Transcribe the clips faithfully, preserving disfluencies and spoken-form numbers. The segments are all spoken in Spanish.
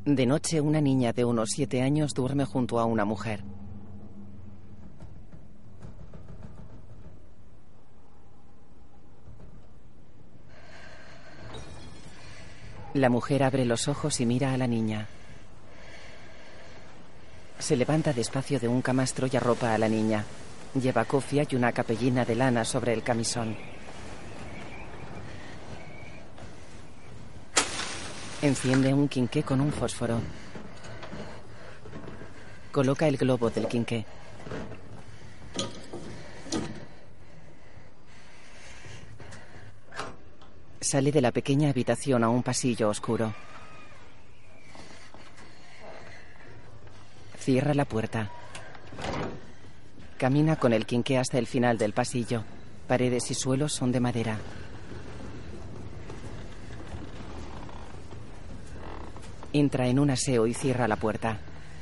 De noche, una niña de unos siete años duerme junto a una mujer. La mujer abre los ojos y mira a la niña. Se levanta despacio de un camastro y arropa a la niña. Lleva cofia y una capellina de lana sobre el camisón. Enciende un quinqué con un fósforo. Coloca el globo del quinqué. Sale de la pequeña habitación a un pasillo oscuro. Cierra la puerta. Camina con el quinqué hasta el final del pasillo. Paredes y suelos son de madera. Entra en un aseo y cierra la puerta.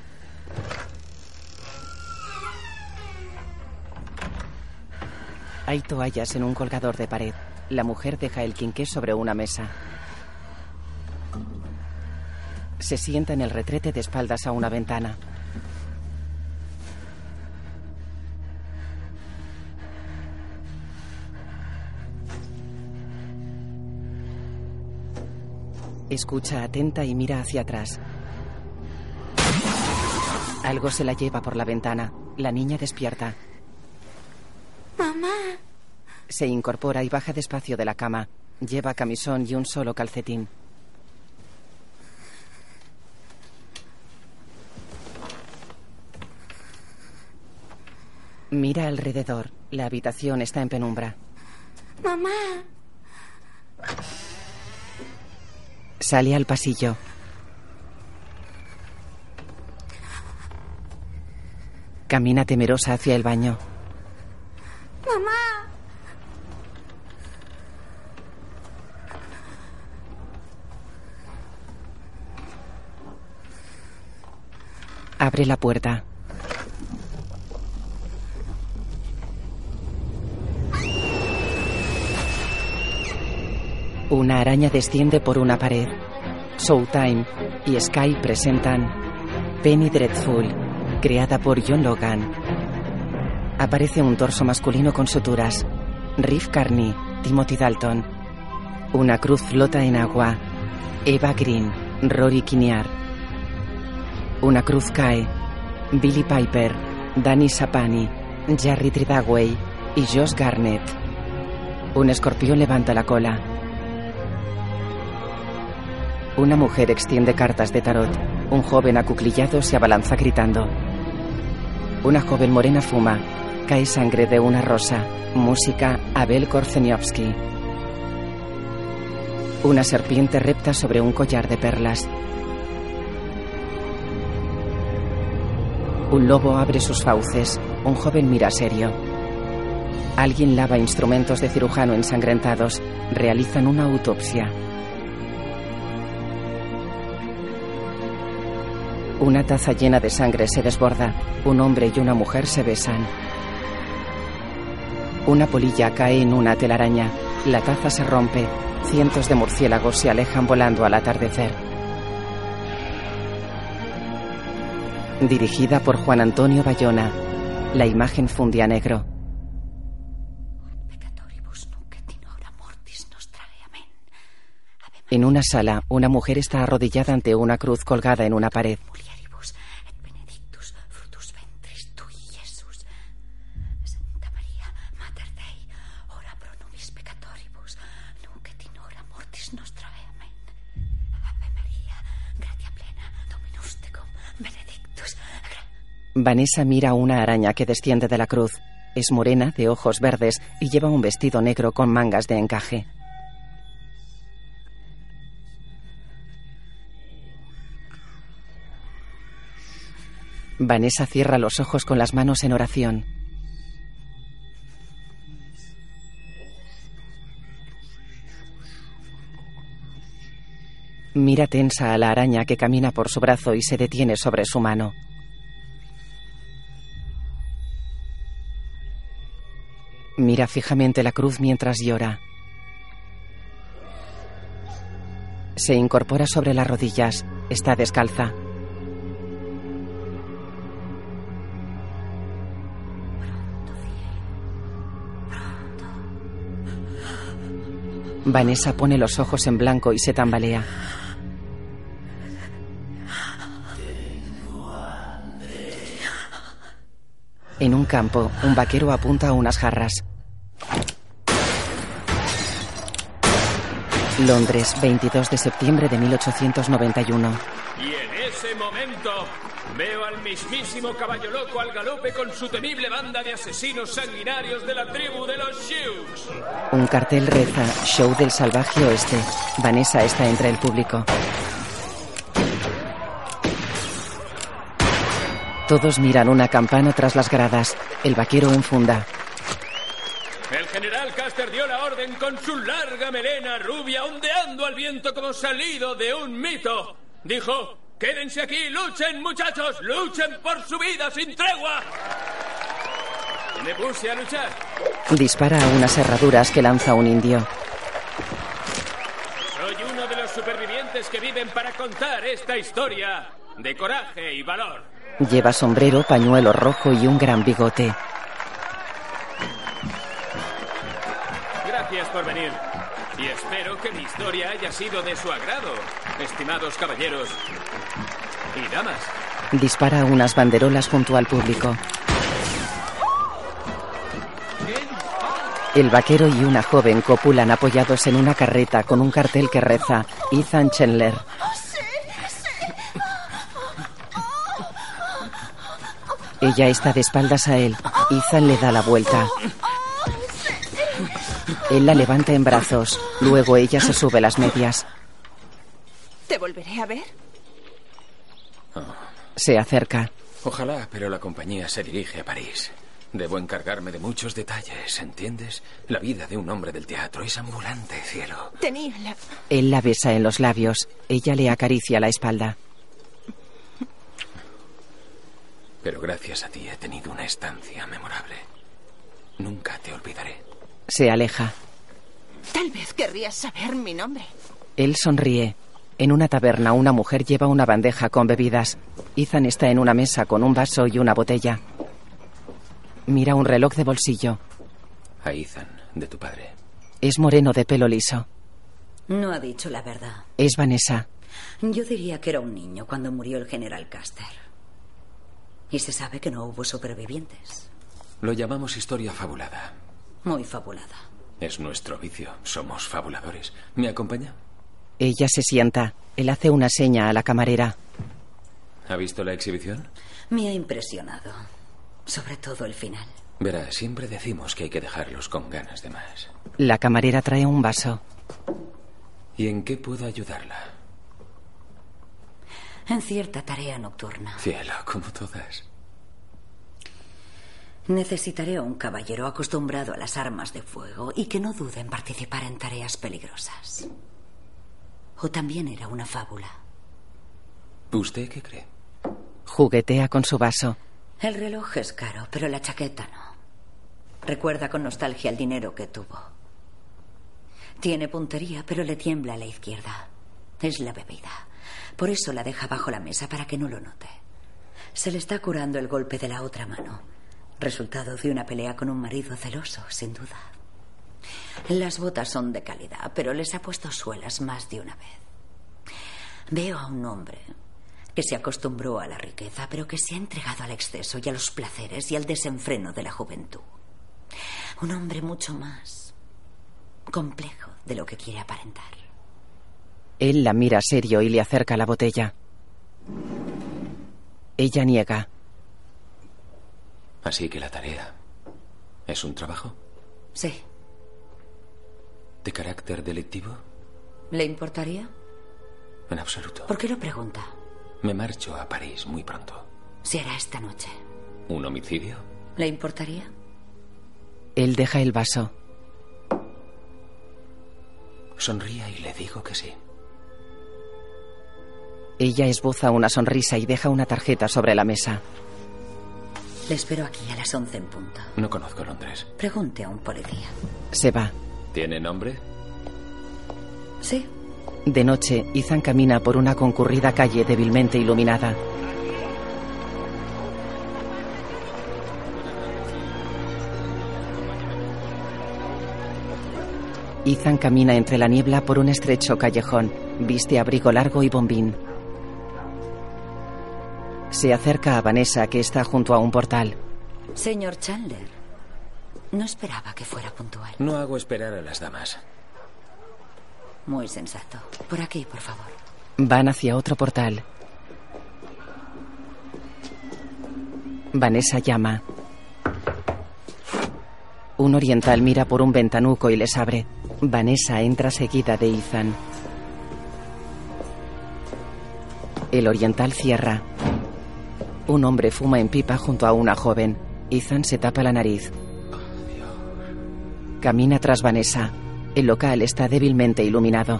Hay toallas en un colgador de pared. La mujer deja el quinqué sobre una mesa. Se sienta en el retrete de espaldas a una ventana. Escucha atenta y mira hacia atrás. Algo se la lleva por la ventana. La niña despierta. Mamá. Se incorpora y baja despacio de la cama. Lleva camisón y un solo calcetín. Mira alrededor. La habitación está en penumbra. Mamá. Sale al pasillo. Camina temerosa hacia el baño. Mamá. Abre la puerta. Una araña desciende por una pared. Showtime y Sky presentan Penny Dreadful, creada por John Logan. Aparece un torso masculino con suturas. Riff Carney, Timothy Dalton. Una cruz flota en agua. Eva Green, Rory Kinnear. Una cruz cae. Billy Piper, Danny Sapani, Jerry Tridaway y Josh Garnett. Un escorpión levanta la cola. Una mujer extiende cartas de tarot. Un joven acuclillado se abalanza gritando. Una joven morena fuma. Cae sangre de una rosa. Música, Abel Korzeniowski. Una serpiente repta sobre un collar de perlas. Un lobo abre sus fauces. Un joven mira serio. Alguien lava instrumentos de cirujano ensangrentados. Realizan una autopsia. Una taza llena de sangre se desborda. Un hombre y una mujer se besan. Una polilla cae en una telaraña. La taza se rompe. Cientos de murciélagos se alejan volando al atardecer. Dirigida por Juan Antonio Bayona. La imagen funde a negro. En una sala, una mujer está arrodillada ante una cruz colgada en una pared. Vanessa mira a una araña que desciende de la cruz. Es morena, de ojos verdes, y lleva un vestido negro con mangas de encaje. Vanessa cierra los ojos con las manos en oración. Mira tensa a la araña que camina por su brazo y se detiene sobre su mano. Mira fijamente la cruz mientras llora. Se incorpora sobre las rodillas. Está descalza. Vanessa pone los ojos en blanco y se tambalea. En un campo, un vaquero apunta a unas jarras. Londres, veintidós de septiembre de mil ochocientos noventa y uno. Y en ese momento veo al mismísimo caballo loco al galope con su temible banda de asesinos sanguinarios de la tribu de los Sioux. Un cartel reza: Show del salvaje oeste. Vanessa está entre el público. Todos miran una campana tras las gradas. El vaquero enfunda. El general Custer dio la orden con su larga melena rubia ondeando al viento como salido de un mito. Dijo: quédense aquí, luchen muchachos, luchen por su vida sin tregua. Me puse a luchar. Dispara a unas herraduras que lanza un indio. Soy uno de los supervivientes que viven para contar esta historia de coraje y valor. Lleva sombrero, pañuelo rojo y un gran bigote. Gracias por venir. Y espero que mi historia haya sido de su agrado, estimados caballeros y damas. Dispara a unas banderolas junto al público. El vaquero y una joven copulan apoyados en una carreta con un cartel que reza: Ethan Chandler. Ella está de espaldas a él. Ethan le da la vuelta. Él la levanta en brazos. Luego ella se sube las medias. ¿Te volveré a ver? Oh. Se acerca. Ojalá, pero la compañía se dirige a París. Debo encargarme de muchos detalles, ¿entiendes? La vida de un hombre del teatro es ambulante, cielo. Tenía la... Él la besa en los labios. Ella le acaricia la espalda. Pero gracias a ti he tenido una estancia memorable. Nunca te olvidaré. Se aleja. Tal vez querrías saber mi nombre. Él sonríe. En una taberna, una mujer lleva una bandeja con bebidas. Ethan está en una mesa con un vaso y una botella. Mira un reloj de bolsillo. A Ethan, de tu padre. Es moreno de pelo liso. No ha dicho la verdad. Es Vanessa. Yo diría que era un niño cuando murió el general Custer. Y se sabe que no hubo sobrevivientes. Lo llamamos historia fabulada. Muy fabulada. Es nuestro vicio. Somos fabuladores. ¿Me acompaña? Ella se sienta. Él hace una seña a la camarera. ¿Ha visto la exhibición? Me ha impresionado. Sobre todo el final. Verá, siempre decimos que hay que dejarlos con ganas de más. La camarera trae un vaso. ¿Y en qué puedo ayudarla? En cierta tarea nocturna. Cielo, como todas. Necesitaré a un caballero acostumbrado a las armas de fuego y que no dude en participar en tareas peligrosas. O también era una fábula. ¿Usted qué cree? Juguetea con su vaso. El reloj es caro, pero la chaqueta no. Recuerda con nostalgia el dinero que tuvo. Tiene puntería, pero le tiembla a la izquierda. Es la bebida. Por eso la deja bajo la mesa para que no lo note. Se le está curando el golpe de la otra mano. Resultado de una pelea con un marido celoso, sin duda. Las botas son de calidad, pero les ha puesto suelas más de una vez. Veo a un hombre que se acostumbró a la riqueza, pero que se ha entregado al exceso y a los placeres y al desenfreno de la juventud. Un hombre mucho más complejo de lo que quiere aparentar. Él la mira serio y le acerca la botella. Ella niega. Así que la tarea es un trabajo. Sí. ¿De carácter delictivo? ¿Le importaría? En absoluto. ¿Por qué lo pregunta? Me marcho a París muy pronto. Se hará esta noche. ¿Un homicidio? ¿Le importaría? Él deja el vaso. Sonría y le digo que sí. Ella esboza una sonrisa y deja una tarjeta sobre la mesa. Le espero aquí a las once en punto. No conozco Londres. Pregunte a un policía. Se va. ¿Tiene nombre? Sí. De noche, Ethan camina por una concurrida calle débilmente iluminada. Ethan camina entre la niebla por un estrecho callejón. Viste abrigo largo y bombín. Se acerca a Vanessa, que está junto a un portal. Señor Chandler, no esperaba que fuera puntual. No hago esperar a las damas. Muy sensato. Por aquí, por favor. Van hacia otro portal. Vanessa llama. Un oriental mira por un ventanuco y les abre. Vanessa entra seguida de Ethan. El oriental cierra. Un hombre fuma en pipa junto a una joven. Ethan se tapa la nariz. Camina tras Vanessa. El local está débilmente iluminado.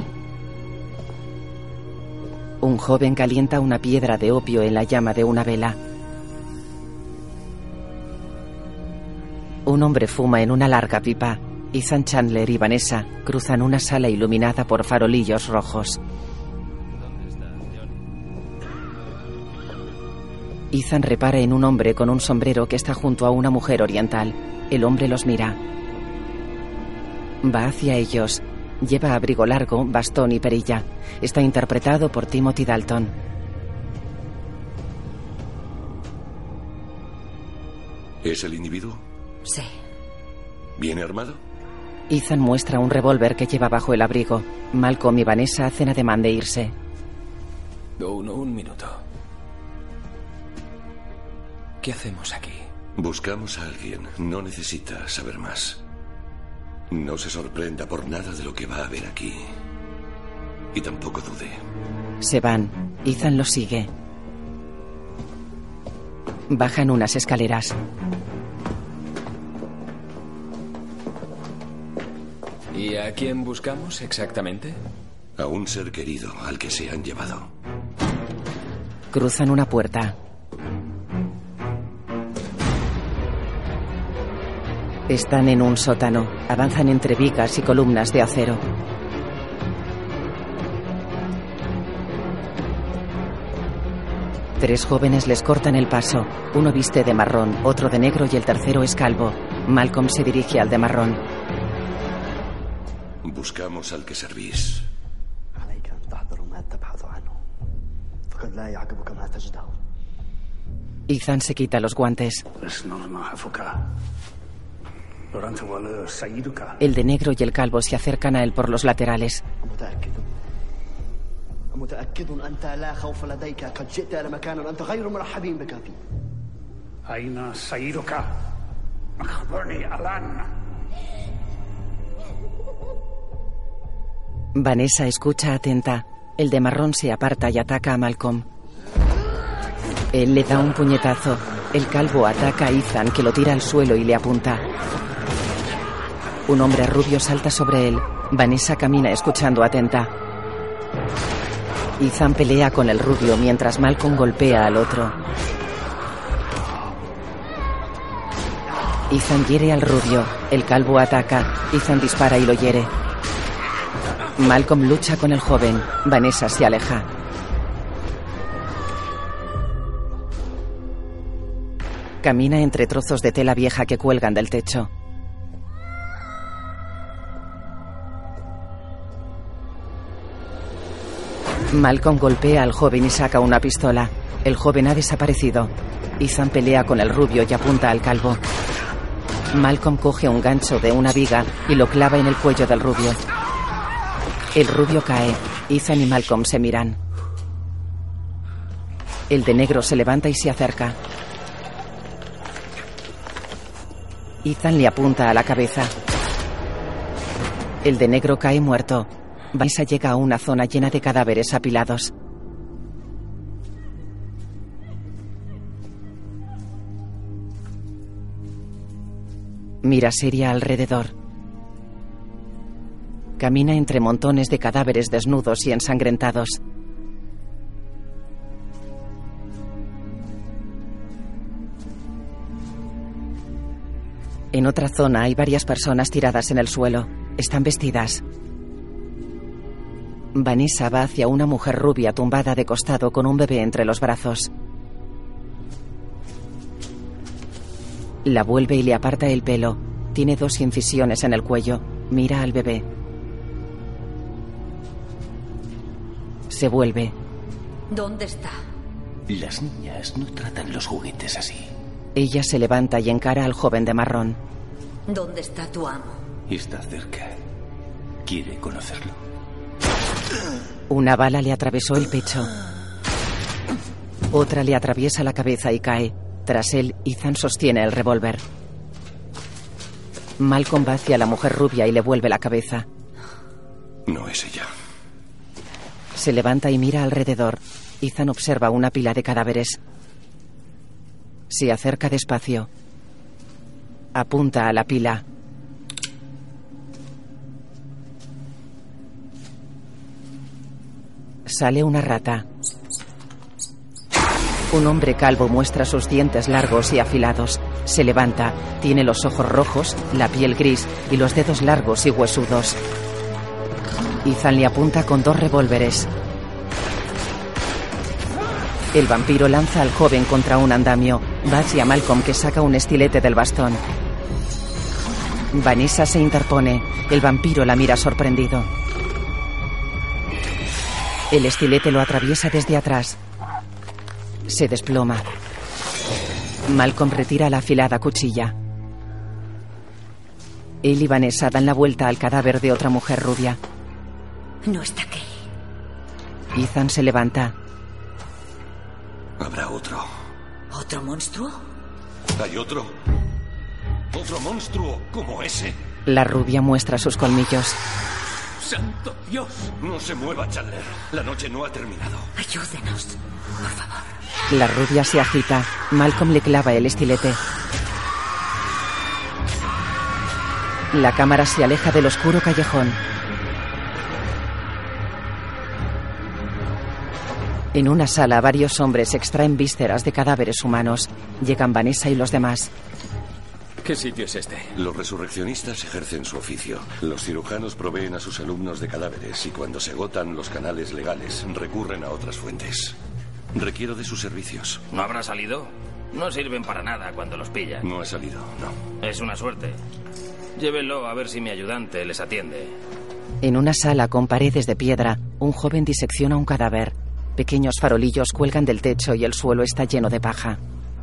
Un joven calienta una piedra de opio en la llama de una vela. Un hombre fuma en una larga pipa. Ethan, Chandler y Vanessa cruzan una sala iluminada por farolillos rojos. Ethan repara en un hombre con un sombrero que está junto a una mujer oriental. El hombre los mira. Va hacia ellos. Lleva abrigo largo, bastón y perilla. Está interpretado por Timothy Dalton. ¿Es el individuo? Sí. ¿Viene armado? Ethan muestra un revólver que lleva bajo el abrigo. Malcolm y Vanessa hacen ademán de irse. Un, un minuto. ¿Qué hacemos aquí? Buscamos a alguien. No necesita saber más. No se sorprenda por nada de lo que va a haber aquí. Y tampoco dude. Se van. Ethan los sigue. Bajan unas escaleras. ¿Y a quién buscamos exactamente? A un ser querido al que se han llevado. Cruzan una puerta. Están en un sótano. Avanzan entre vigas y columnas de acero. Tres jóvenes les cortan el paso. Uno viste de marrón, otro de negro y el tercero es calvo. Malcolm se dirige al de marrón. Buscamos al que servís. Ethan se quita los guantes. El de negro y el calvo se acercan a él por los laterales. Vanessa escucha atenta. El de marrón se aparta y ataca a Malcolm. Él le da un puñetazo. El calvo ataca a Ethan, que lo tira al suelo y le apunta. Un hombre rubio salta sobre él. Vanessa camina escuchando atenta. Ethan pelea con el rubio mientras Malcolm golpea al otro. Ethan hiere al rubio. El calvo ataca. Ethan dispara y lo hiere. Malcolm lucha con el joven. Vanessa se aleja. Camina entre trozos de tela vieja que cuelgan del techo. Malcolm golpea al joven y saca una pistola. El joven ha desaparecido. Ethan pelea con el rubio y apunta al calvo. Malcolm coge un gancho de una viga y lo clava en el cuello del rubio. El rubio cae. Ethan y Malcolm se miran. El de negro se levanta y se acerca. Ethan le apunta a la cabeza. El de negro cae muerto. Vanessa llega a una zona llena de cadáveres apilados. Mira seria alrededor. Camina entre montones de cadáveres desnudos y ensangrentados. En otra zona hay varias personas tiradas en el suelo. Están vestidas. Vanessa va hacia una mujer rubia tumbada de costado con un bebé entre los brazos. La vuelve y le aparta el pelo. Tiene dos incisiones en el cuello. Mira al bebé. Se vuelve. ¿Dónde está? Las niñas no tratan los juguetes así. Ella se levanta y encara al joven de marrón. ¿Dónde está tu amo? Está cerca. ¿Quiere conocerlo? Una bala le atravesó el pecho. Otra le atraviesa la cabeza y cae. Tras él, Ethan sostiene el revólver. Malcolm va hacia la mujer rubia y le vuelve la cabeza. No es ella. Se levanta y mira alrededor. Ethan observa una pila de cadáveres. Se acerca despacio. Apunta a la pila. Sale una rata. Un hombre calvo muestra sus dientes largos y afilados. Se levanta. Tiene los ojos rojos, la piel gris y los dedos largos y huesudos. Ethan le apunta con dos revólveres. El vampiro lanza al joven contra un andamio. Va hacia Malcolm, que saca un estilete del bastón. Vanessa se interpone. El vampiro la mira sorprendido. El estilete lo atraviesa desde atrás. Se desploma. Malcolm retira la afilada cuchilla. Él y Vanessa dan la vuelta al cadáver de otra mujer rubia. No está aquí. Ethan se levanta. Habrá otro. ¿Otro monstruo? ¿Hay otro? ¿Otro monstruo como ese? La rubia muestra sus colmillos. ¡Santo Dios! No se mueva, Chandler. La noche no ha terminado. Ayúdenos, por favor. La rubia se agita. Malcolm le clava el estilete. La cámara se aleja del oscuro callejón. En una sala, varios hombres extraen vísceras de cadáveres humanos. Llegan Vanessa y los demás. ¿Qué sitio es este? Los resurreccionistas ejercen su oficio. Los cirujanos proveen a sus alumnos de cadáveres y cuando se agotan los canales legales recurren a otras fuentes. Requiero de sus servicios. ¿No habrá salido? No sirven para nada cuando los pillan. No ha salido, no. Es una suerte. Llévenlo a ver si mi ayudante les atiende. En una sala con paredes de piedra, un joven disecciona un cadáver. Pequeños farolillos cuelgan del techo y el suelo está lleno de paja.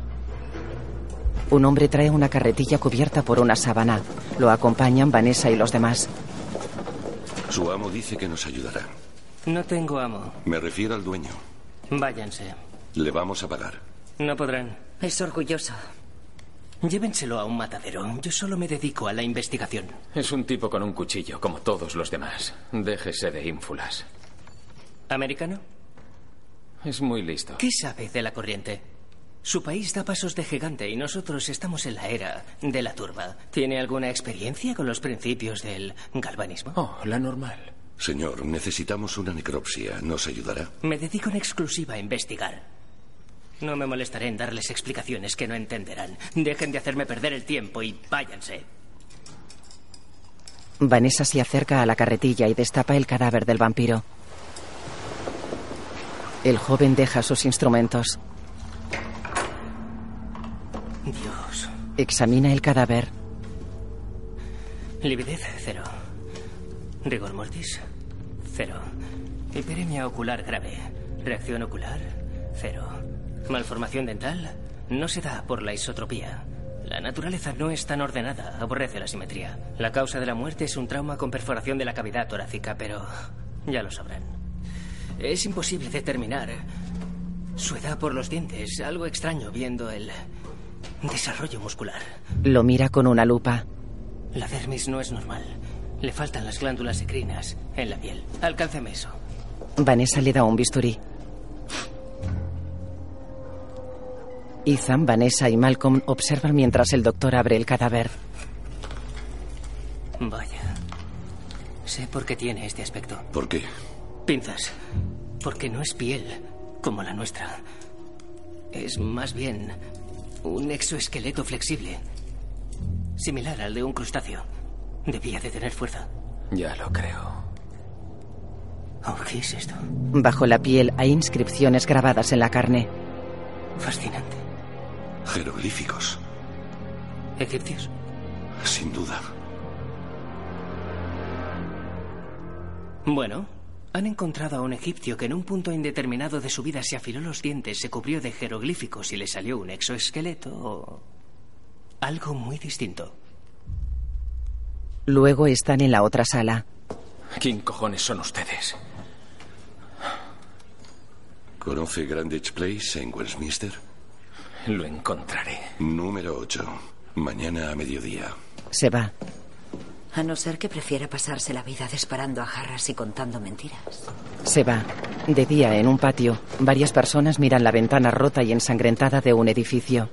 Un hombre trae una carretilla cubierta por una sábana. Lo acompañan Vanessa y los demás. Su amo dice que nos ayudará. No tengo amo. Me refiero al dueño. Váyanse. Le vamos a pagar. No podrán. Es orgulloso. Llévenselo a un matadero. Yo solo me dedico a la investigación. Es un tipo con un cuchillo, como todos los demás. Déjese de ínfulas. ¿Americano? Es muy listo. ¿Qué sabe de la corriente? Su país da pasos de gigante y nosotros estamos en la era de la turba. ¿Tiene alguna experiencia con los principios del galvanismo? Oh, la normal. Señor, necesitamos una necropsia. ¿Nos ayudará? Me dedico en exclusiva a investigar. No me molestaré en darles explicaciones que no entenderán. Dejen de hacerme perder el tiempo y váyanse. Vanessa se acerca a la carretilla y destapa el cadáver del vampiro. El joven deja sus instrumentos. Dios. Examina el cadáver. Lividez, cero. Rigor mortis, cero. Hiperemia ocular grave. Reacción ocular, cero. Malformación dental no se da por la isotropía. La naturaleza no es tan ordenada, aborrece la simetría. La causa de la muerte es un trauma con perforación de la cavidad torácica, pero ya lo sabrán. Es imposible determinar su edad por los dientes, algo extraño viendo el desarrollo muscular. Lo mira con una lupa. La dermis no es normal. Le faltan las glándulas endocrinas en la piel. Alcánceme eso. Vanessa le da un bisturí. Ethan, Vanessa y Malcolm observan mientras el doctor abre el cadáver. Vaya. Sé por qué tiene este aspecto. ¿Por qué? Pinzas. Porque no es piel como la nuestra. Es más bien un exoesqueleto flexible. Similar al de un crustáceo. Debía de tener fuerza. Ya lo creo. Oh, ¿qué es esto? Bajo la piel hay inscripciones grabadas en la carne. Fascinante. Jeroglíficos. ¿Egipcios? Sin duda. Bueno, han encontrado a un egipcio que en un punto indeterminado de su vida se afiló los dientes, se cubrió de jeroglíficos y le salió un exoesqueleto o algo muy distinto. Luego están en la otra sala. ¿Quién cojones son ustedes? ¿Conoce Greenwich Place en Westminster? Lo encontraré. Número ocho. Mañana a mediodía. Se va. A no ser que prefiera pasarse la vida disparando a jarras y contando mentiras. Se va. De día, en un patio, varias personas miran la ventana rota y ensangrentada de un edificio.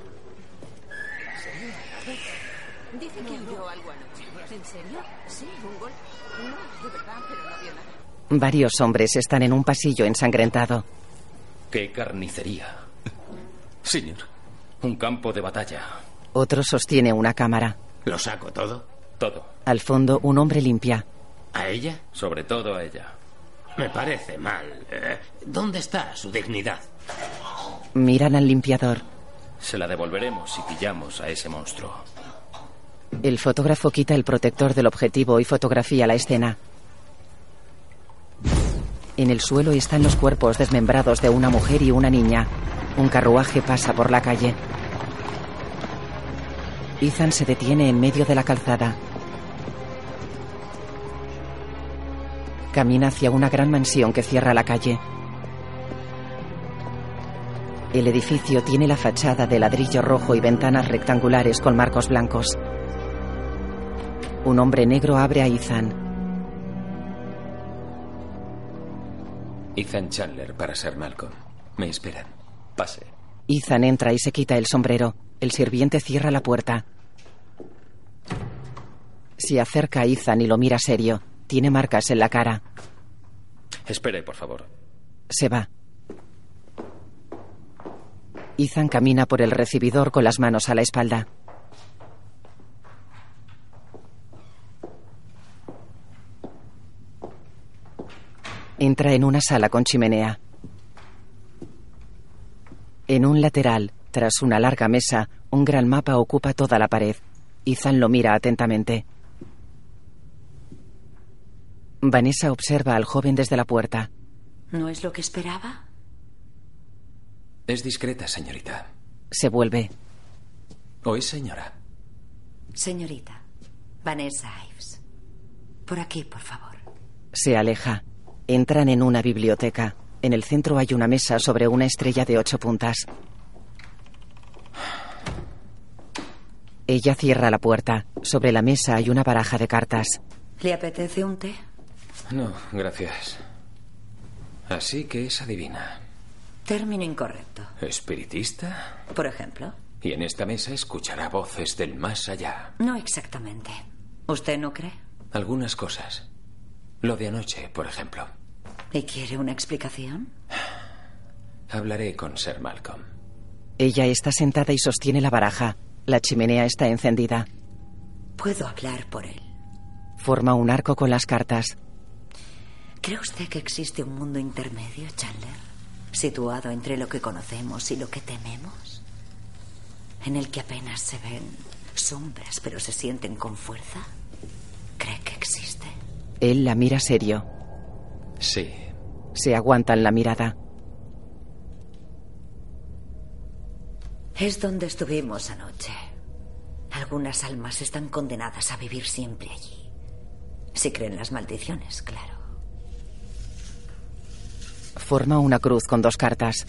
Dice que oyó algo anoche. ¿En serio? Sí, un gol. No, de verdad, pero no vio nada. Varios hombres están en un pasillo ensangrentado. ¡Qué carnicería! Señor, un campo de batalla. Otro sostiene una cámara. ¿Lo saco todo? Todo. Al fondo, un hombre limpia. ¿A ella? Sobre todo a ella. Me parece mal. Eh, ¿Dónde está su dignidad? Miran al limpiador. Se la devolveremos si pillamos a ese monstruo. El fotógrafo quita el protector del objetivo y fotografía la escena. En el suelo están los cuerpos desmembrados de una mujer y una niña. Un carruaje pasa por la calle. Ethan se detiene en medio de la calzada. Camina hacia una gran mansión que cierra la calle. El edificio tiene la fachada de ladrillo rojo y ventanas rectangulares con marcos blancos. Un hombre negro abre a Ethan. Ethan Chandler para Sir Malcolm. Me esperan. Pase. Ethan entra y se quita el sombrero. El sirviente cierra la puerta. Se acerca a Ethan y lo mira serio. Tiene marcas en la cara. Espere, por favor. Se va. Ethan camina por el recibidor con las manos a la espalda. Entra en una sala con chimenea. En un lateral, tras una larga mesa, un gran mapa ocupa toda la pared. Ethan lo mira atentamente. Vanessa observa al joven desde la puerta. ¿No es lo que esperaba? Es discreta, señorita. Se vuelve. ¿O es señora? Señorita, Vanessa Ives. Por aquí, por favor. Se aleja. Entran en una biblioteca. En el centro hay una mesa sobre una estrella de ocho puntas. Ella cierra la puerta. Sobre la mesa hay una baraja de cartas. ¿Le apetece un té? No, gracias. Así que es adivina. Término incorrecto. ¿Espiritista? Por ejemplo. Y en esta mesa escuchará voces del más allá. No exactamente. ¿Usted no cree? Algunas cosas. Lo de anoche, por ejemplo. ¿Y quiere una explicación? Hablaré con Sir Malcolm. Ella está sentada y sostiene la baraja. La chimenea está encendida. Puedo hablar por él. Forma un arco con las cartas. ¿Cree usted que existe un mundo intermedio, Chandler? Situado entre lo que conocemos y lo que tememos. En el que apenas se ven sombras, pero se sienten con fuerza. ¿Cree que existe? Él la mira serio. Sí. Se aguantan la mirada. Es donde estuvimos anoche. Algunas almas están condenadas a vivir siempre allí. Si creen las maldiciones, claro. Forma una cruz con dos cartas.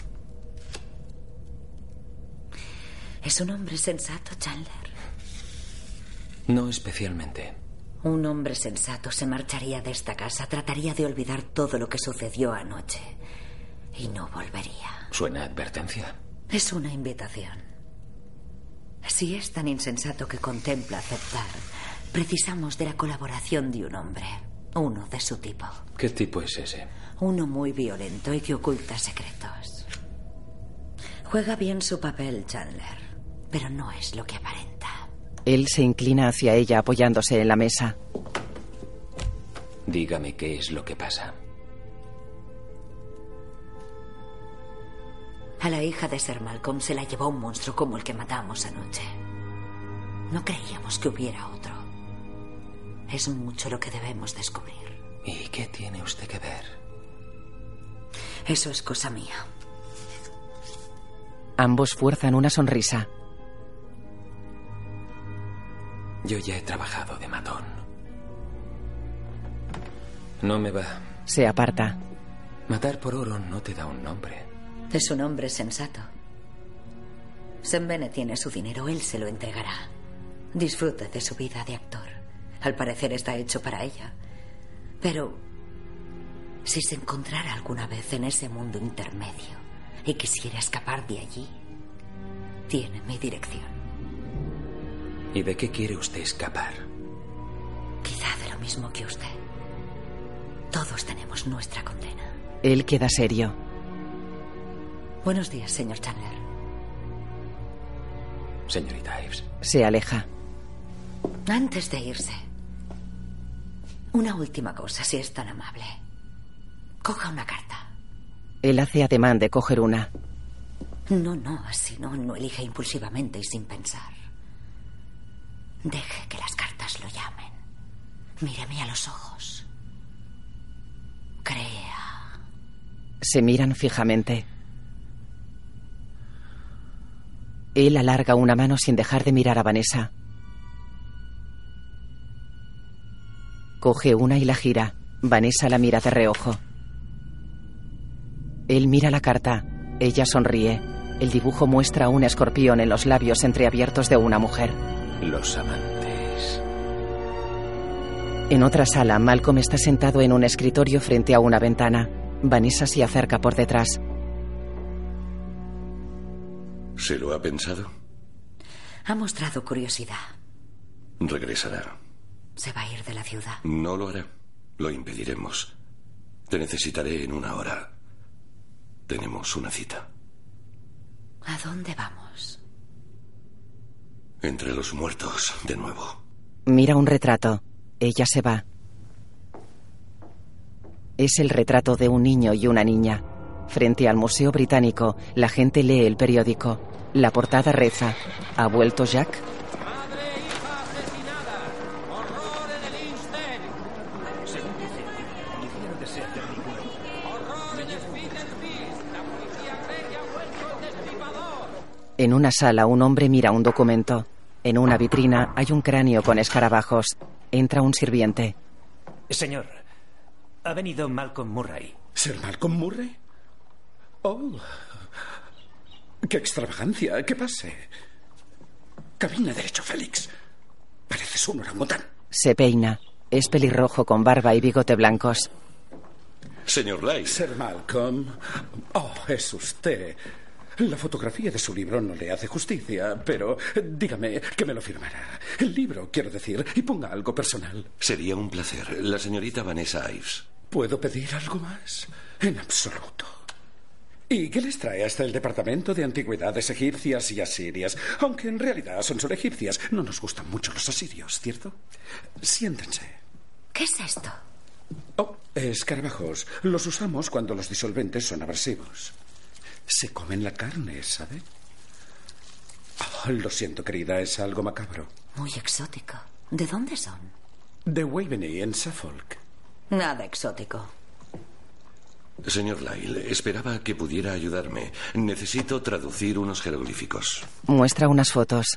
¿Es un hombre sensato, Chandler? No especialmente. Un hombre sensato se marcharía de esta casa, trataría de olvidar todo lo que sucedió anoche y no volvería. ¿Suena advertencia? Es una invitación. Si es tan insensato que contempla aceptar, precisamos de la colaboración de un hombre, uno de su tipo. ¿Qué tipo es ese? Uno muy violento y que oculta secretos. Juega bien su papel, Chandler, pero no es lo que aparenta. Él se inclina hacia ella apoyándose en la mesa. Dígame qué es lo que pasa. A la hija de Sir Malcolm se la llevó un monstruo como el que matamos anoche. No creíamos que hubiera otro. Es mucho lo que debemos descubrir. ¿Y qué tiene usted que ver? Eso es cosa mía. Ambos fuerzan una sonrisa. Yo ya he trabajado de matón. No me va. Se aparta. Matar por oro no te da un nombre. Es un hombre sensato. Sembene tiene su dinero, él se lo entregará. Disfrute de su vida de actor. Al parecer está hecho para ella. Pero si se encontrara alguna vez en ese mundo intermedio y quisiera escapar de allí, tiene mi dirección. ¿Y de qué quiere usted escapar? Quizá de lo mismo que usted. Todos tenemos nuestra condena. Él queda serio. Buenos días, señor Chandler. Señorita Ives. Se aleja. Antes de irse, una última cosa, si es tan amable. Coja una carta. Él hace ademán de coger una. No, no, así no, no elige impulsivamente y sin pensar. Deje que las cartas lo llamen. Míreme a los ojos. Crea. Se miran fijamente. Él alarga una mano sin dejar de mirar a Vanessa. Coge una y la gira. Vanessa la mira de reojo. Él mira la carta. Ella sonríe. El dibujo muestra un escorpión en los labios entreabiertos de una mujer. Los amantes. En otra sala, Malcolm está sentado en un escritorio frente a una ventana. Vanessa se acerca por detrás. ¿Se lo ha pensado? Ha mostrado curiosidad. Regresará. Se va a ir de la ciudad. No lo hará. Lo impediremos. Te necesitaré en una hora. Tenemos una cita. ¿A dónde vamos? Entre los muertos, de nuevo. Mira un retrato. Ella se va. Es el retrato de un niño y una niña. Frente al Museo Británico, la gente lee el periódico. La portada reza: ¿ha vuelto Jack? Madre e hija asesinada. Horror en el Instead. Según dice, la policía no desea hacer ningún Horror en Spitalfields. La policía cree que ha vuelto el destripador. En una sala, un hombre mira un documento. En una vitrina hay un cráneo con escarabajos. Entra un sirviente. Señor, ha venido Malcolm Murray. ¿Sir Malcolm Murray? Oh, qué extravagancia. Que pase. Camina derecho, Félix. Pareces un orangután. Se peina. Es pelirrojo con barba y bigote blancos. Señor Lyle. Sir Malcolm. Oh, es usted. La fotografía de su libro no le hace justicia, pero dígame que me lo firmará. El libro, quiero decir, y ponga algo personal. Sería un placer. La señorita Vanessa Ives. ¿Puedo pedir algo más? En absoluto. ¿Y qué les trae hasta el Departamento de Antigüedades Egipcias y Asirias? Aunque en realidad son solo egipcias. No nos gustan mucho los asirios, ¿cierto? Siéntense. ¿Qué es esto? Oh, escarabajos. Los usamos cuando los disolventes son abrasivos. Se comen la carne, ¿sabe? Oh, lo siento, querida, es algo macabro. Muy exótico. ¿De dónde son? De Waveney, en Suffolk. Nada exótico. Señor Lyle, esperaba que pudiera ayudarme. Necesito traducir unos jeroglíficos. Muestra unas fotos.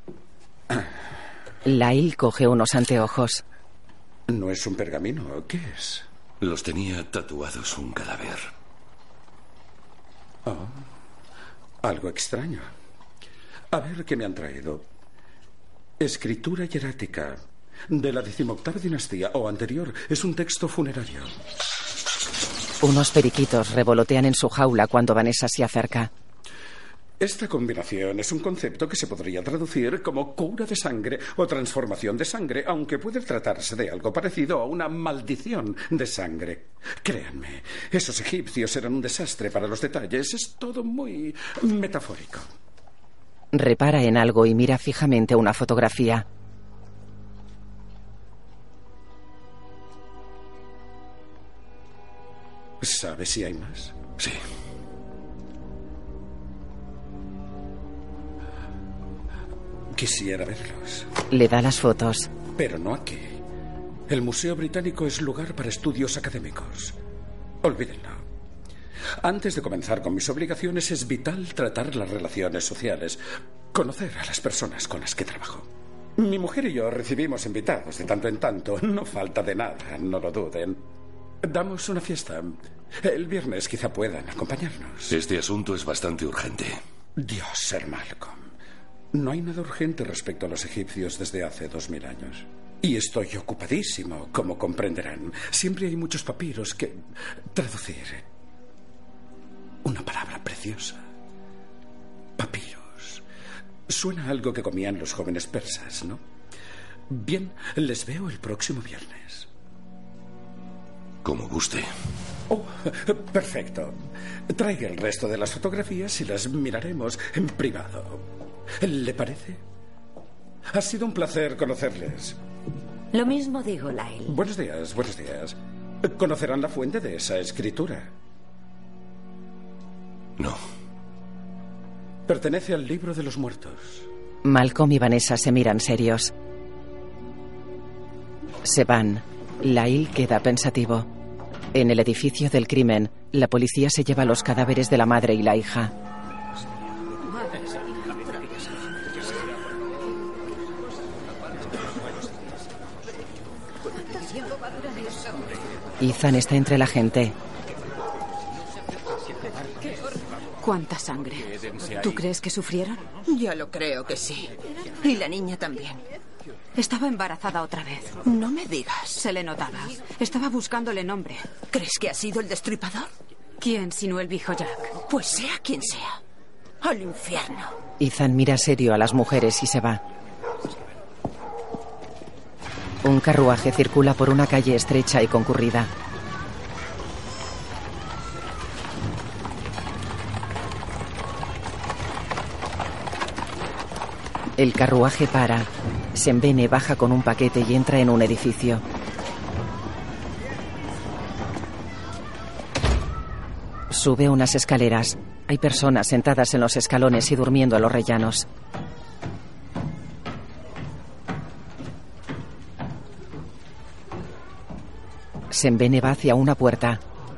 Lyle coge unos anteojos. No es un pergamino, ¿qué es? Los tenía tatuados un cadáver. Oh, algo extraño. A ver qué me han traído. Escritura hierática de la decimoctava dinastía o anterior. Es un texto funerario. Unos periquitos revolotean en su jaula cuando Vanessa se acerca. Esta combinación es un concepto que se podría traducir como cura de sangre o transformación de sangre, aunque puede tratarse de algo parecido a una maldición de sangre. Créanme, esos egipcios eran un desastre para los detalles. Es todo muy metafórico. Repara en algo y mira fijamente una fotografía. ¿Sabe si hay más? Sí. Quisiera verlos. Le da las fotos. Pero no aquí. El Museo Británico es lugar para estudios académicos. Olvídenlo. Antes de comenzar con mis obligaciones, es vital tratar las relaciones sociales, conocer a las personas con las que trabajo. Mi mujer y yo recibimos invitados de tanto en tanto. No falta de nada, no lo duden. Damos una fiesta. El viernes quizá puedan acompañarnos. Este asunto es bastante urgente. Dios, Sir Malcolm. No hay nada urgente respecto a los egipcios desde hace dos mil años. Y estoy ocupadísimo, como comprenderán. Siempre hay muchos papiros que traducir. Una palabra preciosa. Papiros. Suena a algo que comían los jóvenes persas, ¿no? Bien, les veo el próximo viernes. Como guste. Oh, perfecto. Traiga el resto de las fotografías y las miraremos en privado. ¿Le parece? Ha sido un placer conocerles. Lo mismo digo, Lyle. Buenos días, buenos días. ¿Conocerán la fuente de esa escritura? No. Pertenece al libro de los muertos. Malcolm y Vanessa se miran serios. Se van. Lyle queda pensativo. En el edificio del crimen, la policía se lleva los cadáveres de la madre y la hija. Ethan está entre la gente. ¿Cuánta sangre? ¿Tú crees que sufrieron? Yo lo creo que sí. Y la niña también. Estaba embarazada otra vez. No me digas. Se le notaba. Estaba buscándole nombre. ¿Crees que ha sido el destripador? ¿Quién, sino el viejo Jack? Pues sea quien sea. Al infierno. Ethan mira serio a las mujeres y se va. Un carruaje circula por una calle estrecha y concurrida. El carruaje para. Sembene baja con un paquete y entra en un edificio. Sube unas escaleras. Hay personas sentadas en los escalones y durmiendo a los rellanos. Sembene va hacia una puerta.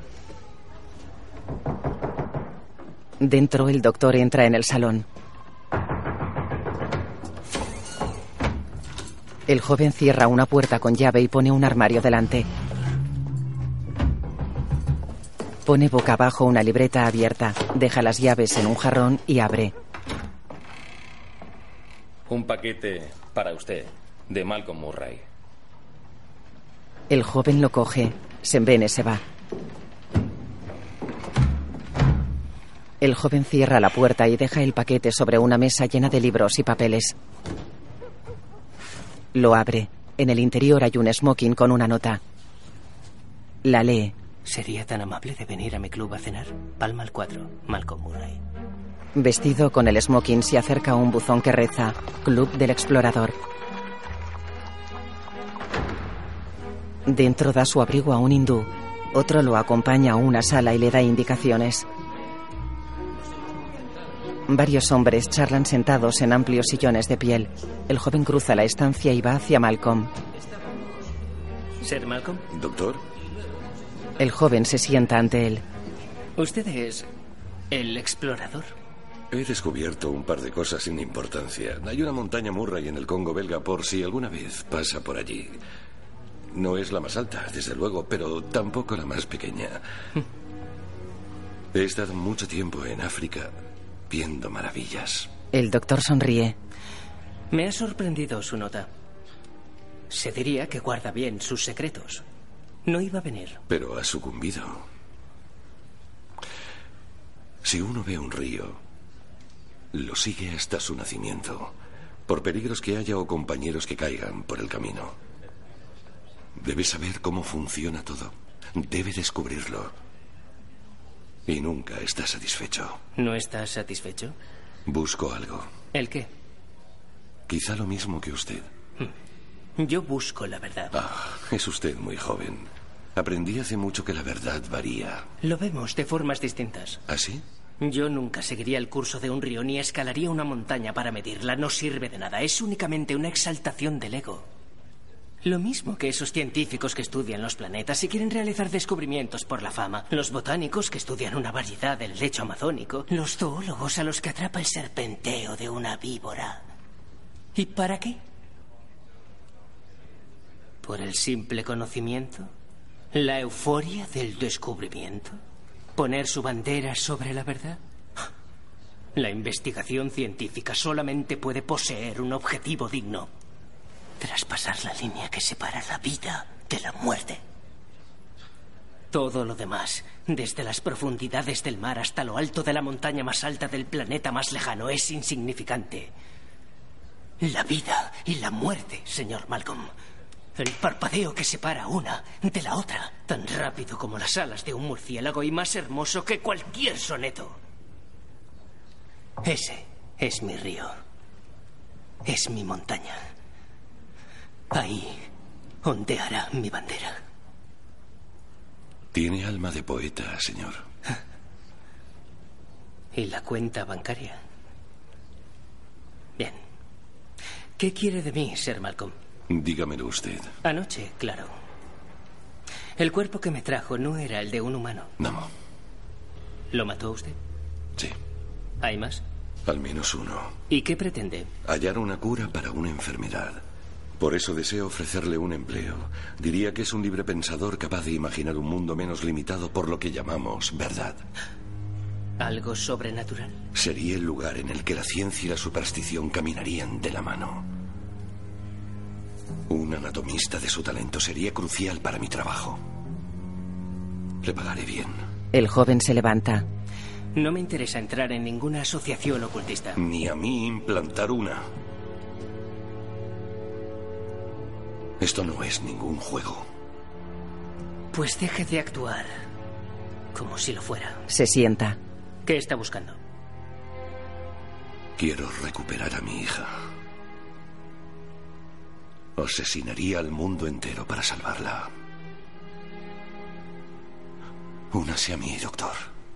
Dentro, el doctor entra en el salón. El joven cierra una puerta con llave y pone un armario delante. Pone boca abajo una libreta abierta, deja las llaves en un jarrón y abre. Un paquete para usted, de Malcolm Murray. El joven lo coge. Sembene se va. El joven cierra la puerta y deja el paquete sobre una mesa llena de libros y papeles. Lo abre. En el interior hay un smoking con una nota. La lee. ¿Sería tan amable de venir a mi club a cenar? Palma al cuatro, Malcolm Murray. Vestido con el smoking, se acerca a un buzón que reza: Club del Explorador. Dentro da su abrigo a un hindú. Otro lo acompaña a una sala y le da indicaciones. Varios hombres charlan sentados en amplios sillones de piel. El joven cruza la estancia y va hacia Malcolm. ¿Sir Malcolm? ¿Doctor? El joven se sienta ante él. ¿Usted es el explorador? He descubierto un par de cosas sin importancia. Hay una montaña Murray en el Congo belga por si alguna vez pasa por allí. No es la más alta, desde luego, pero tampoco la más pequeña. He estado mucho tiempo en África viendo maravillas. El doctor sonríe. Me ha sorprendido su nota. Se diría que guarda bien sus secretos. No iba a venir. Pero ha sucumbido. Si uno ve un río, lo sigue hasta su nacimiento, por peligros que haya o compañeros que caigan por el camino. Debe saber cómo funciona todo. Debe descubrirlo. Y nunca está satisfecho. ¿No está satisfecho? Busco algo. ¿El qué? Quizá lo mismo que usted. Yo busco la verdad. Ah, es usted muy joven. Aprendí hace mucho que la verdad varía. Lo vemos de formas distintas. ¿Ah, sí? Yo nunca seguiría el curso de un río ni escalaría una montaña para medirla. No sirve de nada. Es únicamente una exaltación del ego. Lo mismo que esos científicos que estudian los planetas y quieren realizar descubrimientos por la fama. Los botánicos que estudian una variedad del lecho amazónico. Los zoólogos a los que atrapa el serpenteo de una víbora. ¿Y para qué? ¿Por el simple conocimiento? ¿La euforia del descubrimiento? ¿Poner su bandera sobre la verdad? La investigación científica solamente puede poseer un objetivo digno. Traspasar la línea que separa la vida de la muerte. Todo lo demás, desde las profundidades del mar hasta lo alto de la montaña más alta del planeta más lejano, es insignificante. La vida y la muerte, señor Malcolm. El parpadeo que separa una de la otra, tan rápido como las alas de un murciélago y más hermoso que cualquier soneto. Ese es mi río. Es mi montaña. Ahí ondeará mi bandera. Tiene alma de poeta, señor. ¿Y la cuenta bancaria? Bien. ¿Qué quiere de mí, Sir Malcolm? Dígamelo usted. Anoche, claro. El cuerpo que me trajo no era el de un humano. No. ¿Lo mató usted? Sí. ¿Hay más? Al menos uno. ¿Y qué pretende? Hallar una cura para una enfermedad. Por eso deseo ofrecerle un empleo. Diría que es un libre pensador capaz de imaginar un mundo menos limitado por lo que llamamos verdad. ¿Algo sobrenatural? Sería el lugar en el que la ciencia y la superstición caminarían de la mano. Un anatomista de su talento sería crucial para mi trabajo. Le pagaré bien. El joven se levanta. No me interesa entrar en ninguna asociación ocultista. Ni a mí implantar una. Esto no es ningún juego. Pues deje de actuar como si lo fuera. Se sienta. ¿Qué está buscando? Quiero recuperar a mi hija. Asesinaría al mundo entero para salvarla. Únase a mí, doctor.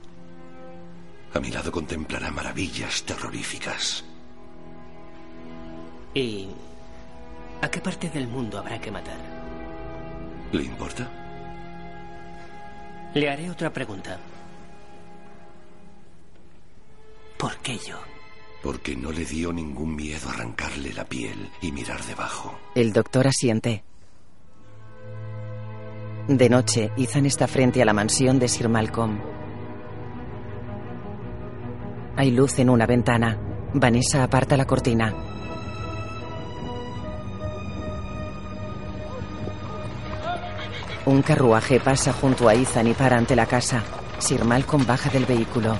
A mi lado contemplará maravillas terroríficas. ¿Y a qué parte del mundo habrá que matar? ¿Le importa? Le haré otra pregunta. ¿Por qué yo? Porque no le dio ningún miedo arrancarle la piel y mirar debajo. El doctor asiente. De noche, Ethan está frente a la mansión de Sir Malcolm. Hay luz en una ventana. Vanessa aparta la cortina. Un carruaje pasa junto a Ethan y para ante la casa. Sir Malcolm baja del vehículo.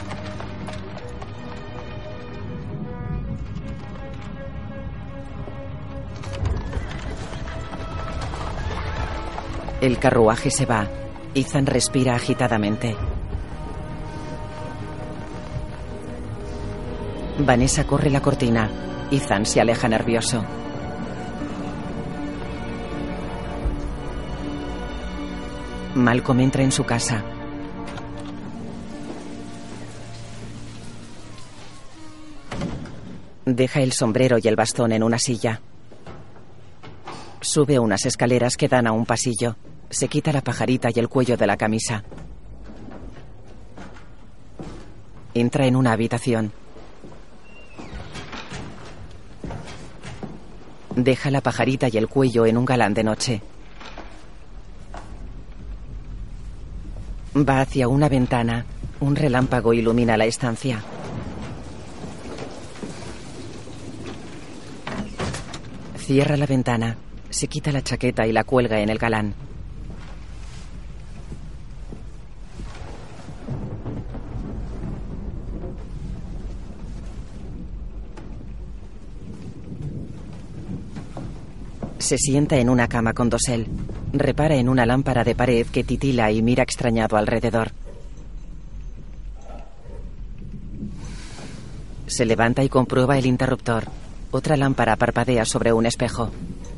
El carruaje se va. Ethan respira agitadamente. Vanessa corre la cortina. Ethan se aleja nervioso. Malcolm entra en su casa. Deja el sombrero y el bastón en una silla. Sube unas escaleras que dan a un pasillo. Se quita la pajarita y el cuello de la camisa. Entra en una habitación. Deja la pajarita y el cuello en un galán de noche. Va hacia una ventana. Un relámpago ilumina la estancia. Cierra la ventana. Se quita la chaqueta y la cuelga en el galán. Se sienta en una cama con dosel. Repara en una lámpara de pared que titila y mira extrañado alrededor. Se levanta y comprueba el interruptor. Otra lámpara parpadea sobre un espejo.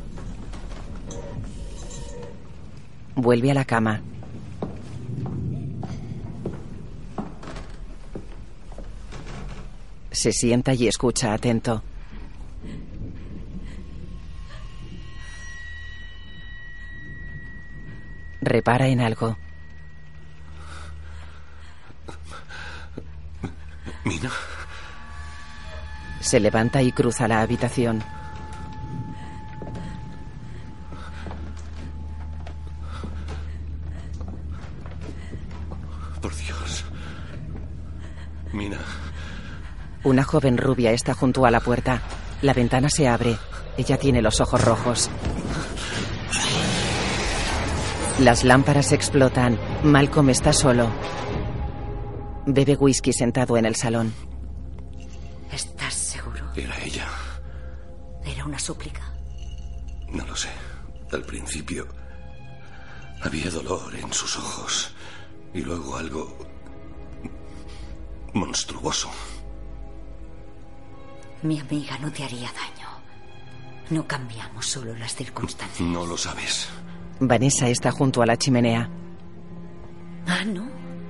Vuelve a la cama. Se sienta y escucha atento. Repara en algo. Mina. Se levanta y cruza la habitación. Por Dios. Mina. Una joven rubia está junto a la puerta. La ventana se abre. Ella tiene los ojos rojos. Las lámparas explotan. Malcolm está solo. Bebe whisky sentado en el salón. ¿Estás seguro? Era ella. ¿Era una súplica? No lo sé. Al principio había dolor en sus ojos y luego algo monstruoso. Mi amiga no te haría daño. No cambiamos, solo las circunstancias. No lo sabes. Vanessa está junto a la chimenea. Ah, ¿no?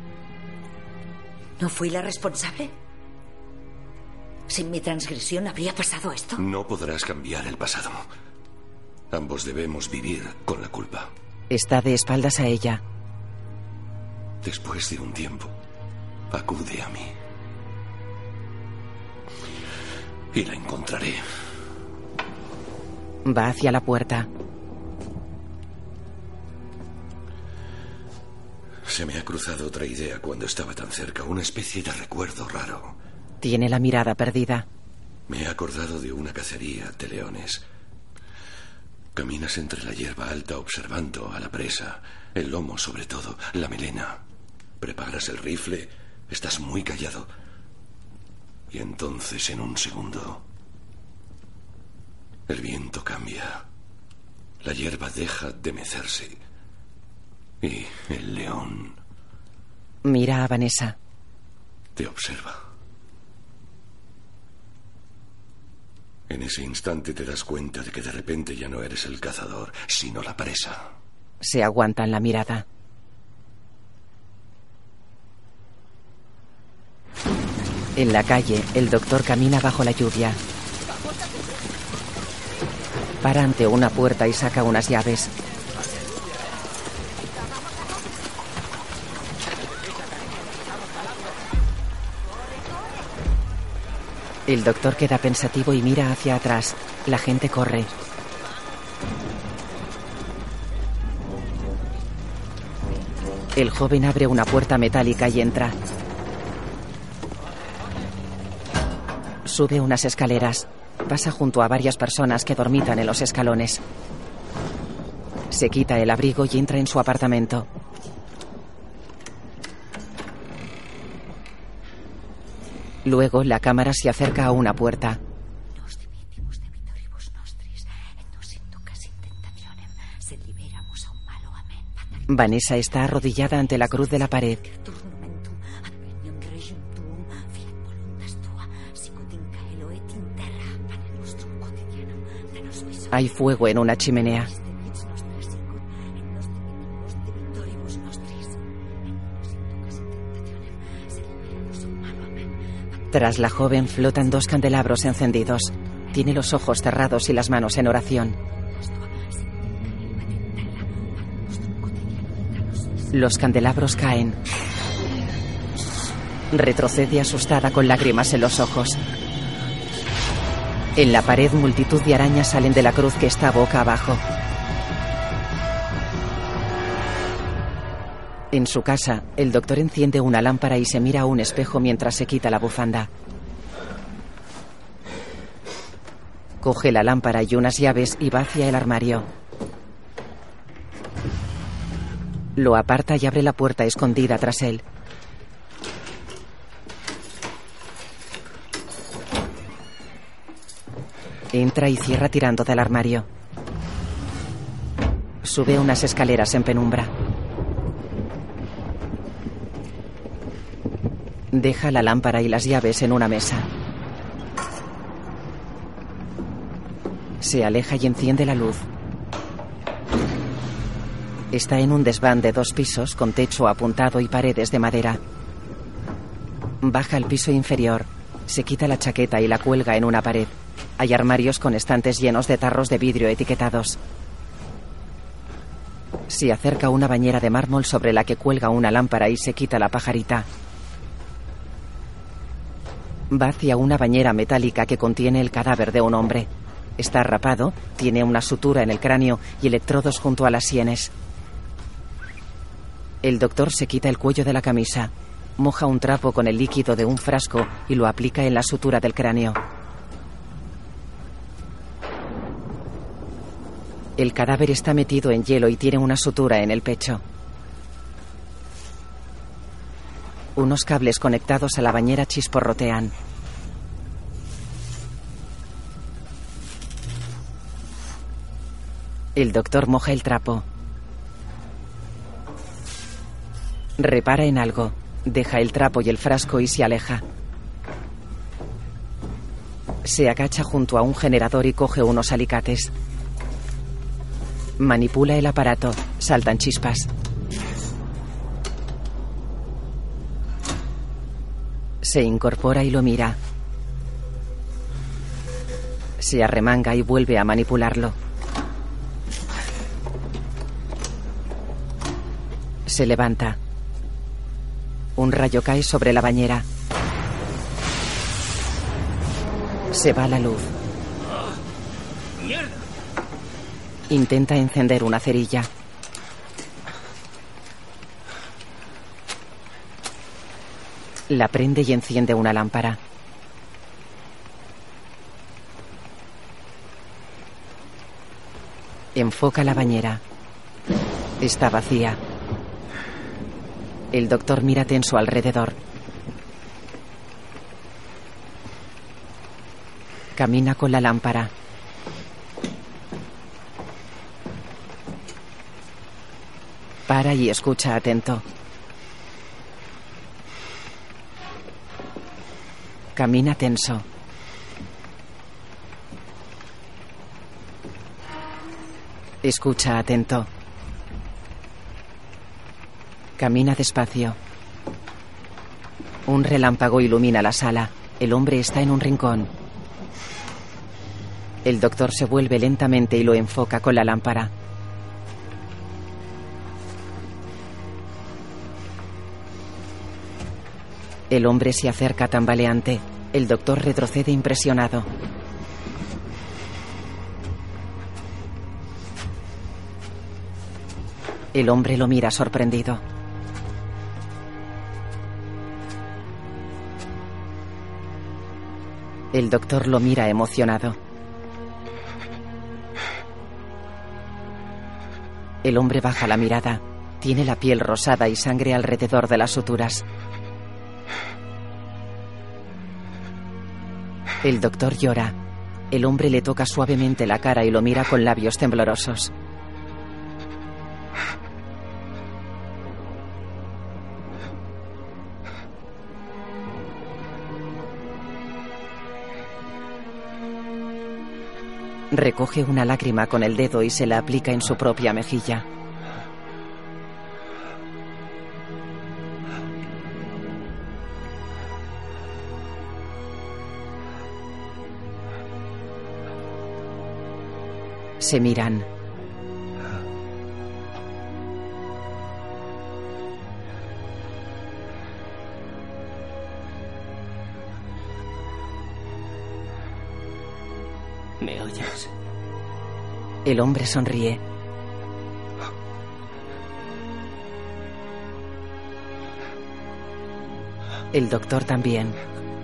¿No fui la responsable? ¿Sin mi transgresión habría pasado esto? No podrás cambiar el pasado. Ambos debemos vivir con la culpa. Está de espaldas a ella. Después de un tiempo, acude a mí. Y la encontraré. Va hacia la puerta. Se me ha cruzado otra idea cuando estaba tan cerca, una especie de recuerdo raro. Tiene la mirada perdida. Me he acordado de una cacería de leones. Caminas entre la hierba alta observando a la presa, el lomo sobre todo, la melena. Preparas el rifle, estás muy callado. Y entonces, en un segundo, el viento cambia. La hierba deja de mecerse. Y el león mira a Vanessa. Te observa. En ese instante te das cuenta de que de repente ya no eres el cazador, sino la presa. Se aguantan la mirada. En la calle, el doctor camina bajo la lluvia. Para ante una puerta y saca unas llaves. El doctor queda pensativo y mira hacia atrás. La gente corre. El joven abre una puerta metálica y entra. Sube unas escaleras. Pasa junto a varias personas que dormitan en los escalones. Se quita el abrigo y entra en su apartamento. Luego, la cámara se acerca a una puerta. Vanessa está arrodillada ante la cruz de la pared. Hay fuego en una chimenea. Tras la joven flotan dos candelabros encendidos. Tiene los ojos cerrados y las manos en oración. Los candelabros caen. Retrocede asustada con lágrimas en los ojos. En la pared, multitud de arañas salen de la cruz que está boca abajo. En su casa, el doctor enciende una lámpara y se mira a un espejo mientras se quita la bufanda. Coge la lámpara y unas llaves y va hacia el armario. Lo aparta y abre la puerta escondida tras él. Entra y cierra tirando del armario. Sube unas escaleras en penumbra. Deja la lámpara y las llaves en una mesa. Se aleja y enciende la luz. Está en un desván de dos pisos con techo apuntado y paredes de madera. Baja al piso inferior. Se quita la chaqueta y la cuelga en una pared. Hay armarios con estantes llenos de tarros de vidrio etiquetados. Se acerca una bañera de mármol sobre la que cuelga una lámpara y se quita la pajarita. Va hacia una bañera metálica que contiene el cadáver de un hombre. Está rapado, tiene una sutura en el cráneo y electrodos junto a las sienes. El doctor se quita el cuello de la camisa, moja un trapo con el líquido de un frasco y lo aplica en la sutura del cráneo. El cadáver está metido en hielo y tiene una sutura en el pecho. Unos cables conectados a la bañera chisporrotean. El doctor moja el trapo. Repara en algo. Deja el trapo y el frasco y se aleja. Se agacha junto a un generador y coge unos alicates. Manipula el aparato. Saltan chispas. Se incorpora y lo mira. Se arremanga y vuelve a manipularlo. Se levanta. Un rayo cae sobre la bañera. Se va la luz. ¡Mierda! Intenta encender una cerilla. La prende y enciende una lámpara. Enfoca la bañera. Está vacía. El doctor mira tenso alrededor. Camina con la lámpara. Para y escucha atento. Camina tenso. Escucha atento. Camina despacio. Un relámpago ilumina la sala. El hombre está en un rincón. El doctor se vuelve lentamente y lo enfoca con la lámpara. El hombre se acerca tambaleante. El doctor retrocede impresionado. El hombre lo mira sorprendido. El doctor lo mira emocionado. El hombre baja la mirada. Tiene la piel rosada y sangre alrededor de las suturas. El doctor llora. El hombre le toca suavemente la cara y lo mira con labios temblorosos. Recoge una lágrima con el dedo y se la aplica en su propia mejilla. Se miran. ¿Me oyes? El hombre sonríe. El doctor también.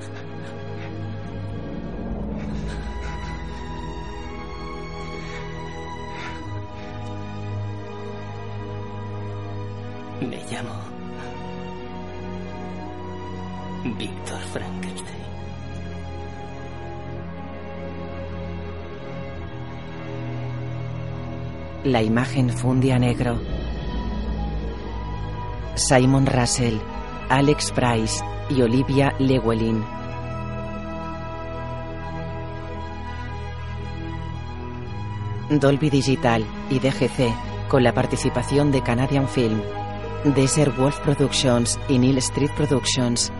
Me llamo Víctor Frankenstein. La imagen funde a negro. Simon Russell, Alex Price y Olivia Llewellyn. Dolby Digital y D G C, con la participación de Canadian Film, Desert Wolf Productions y Neil Street Productions.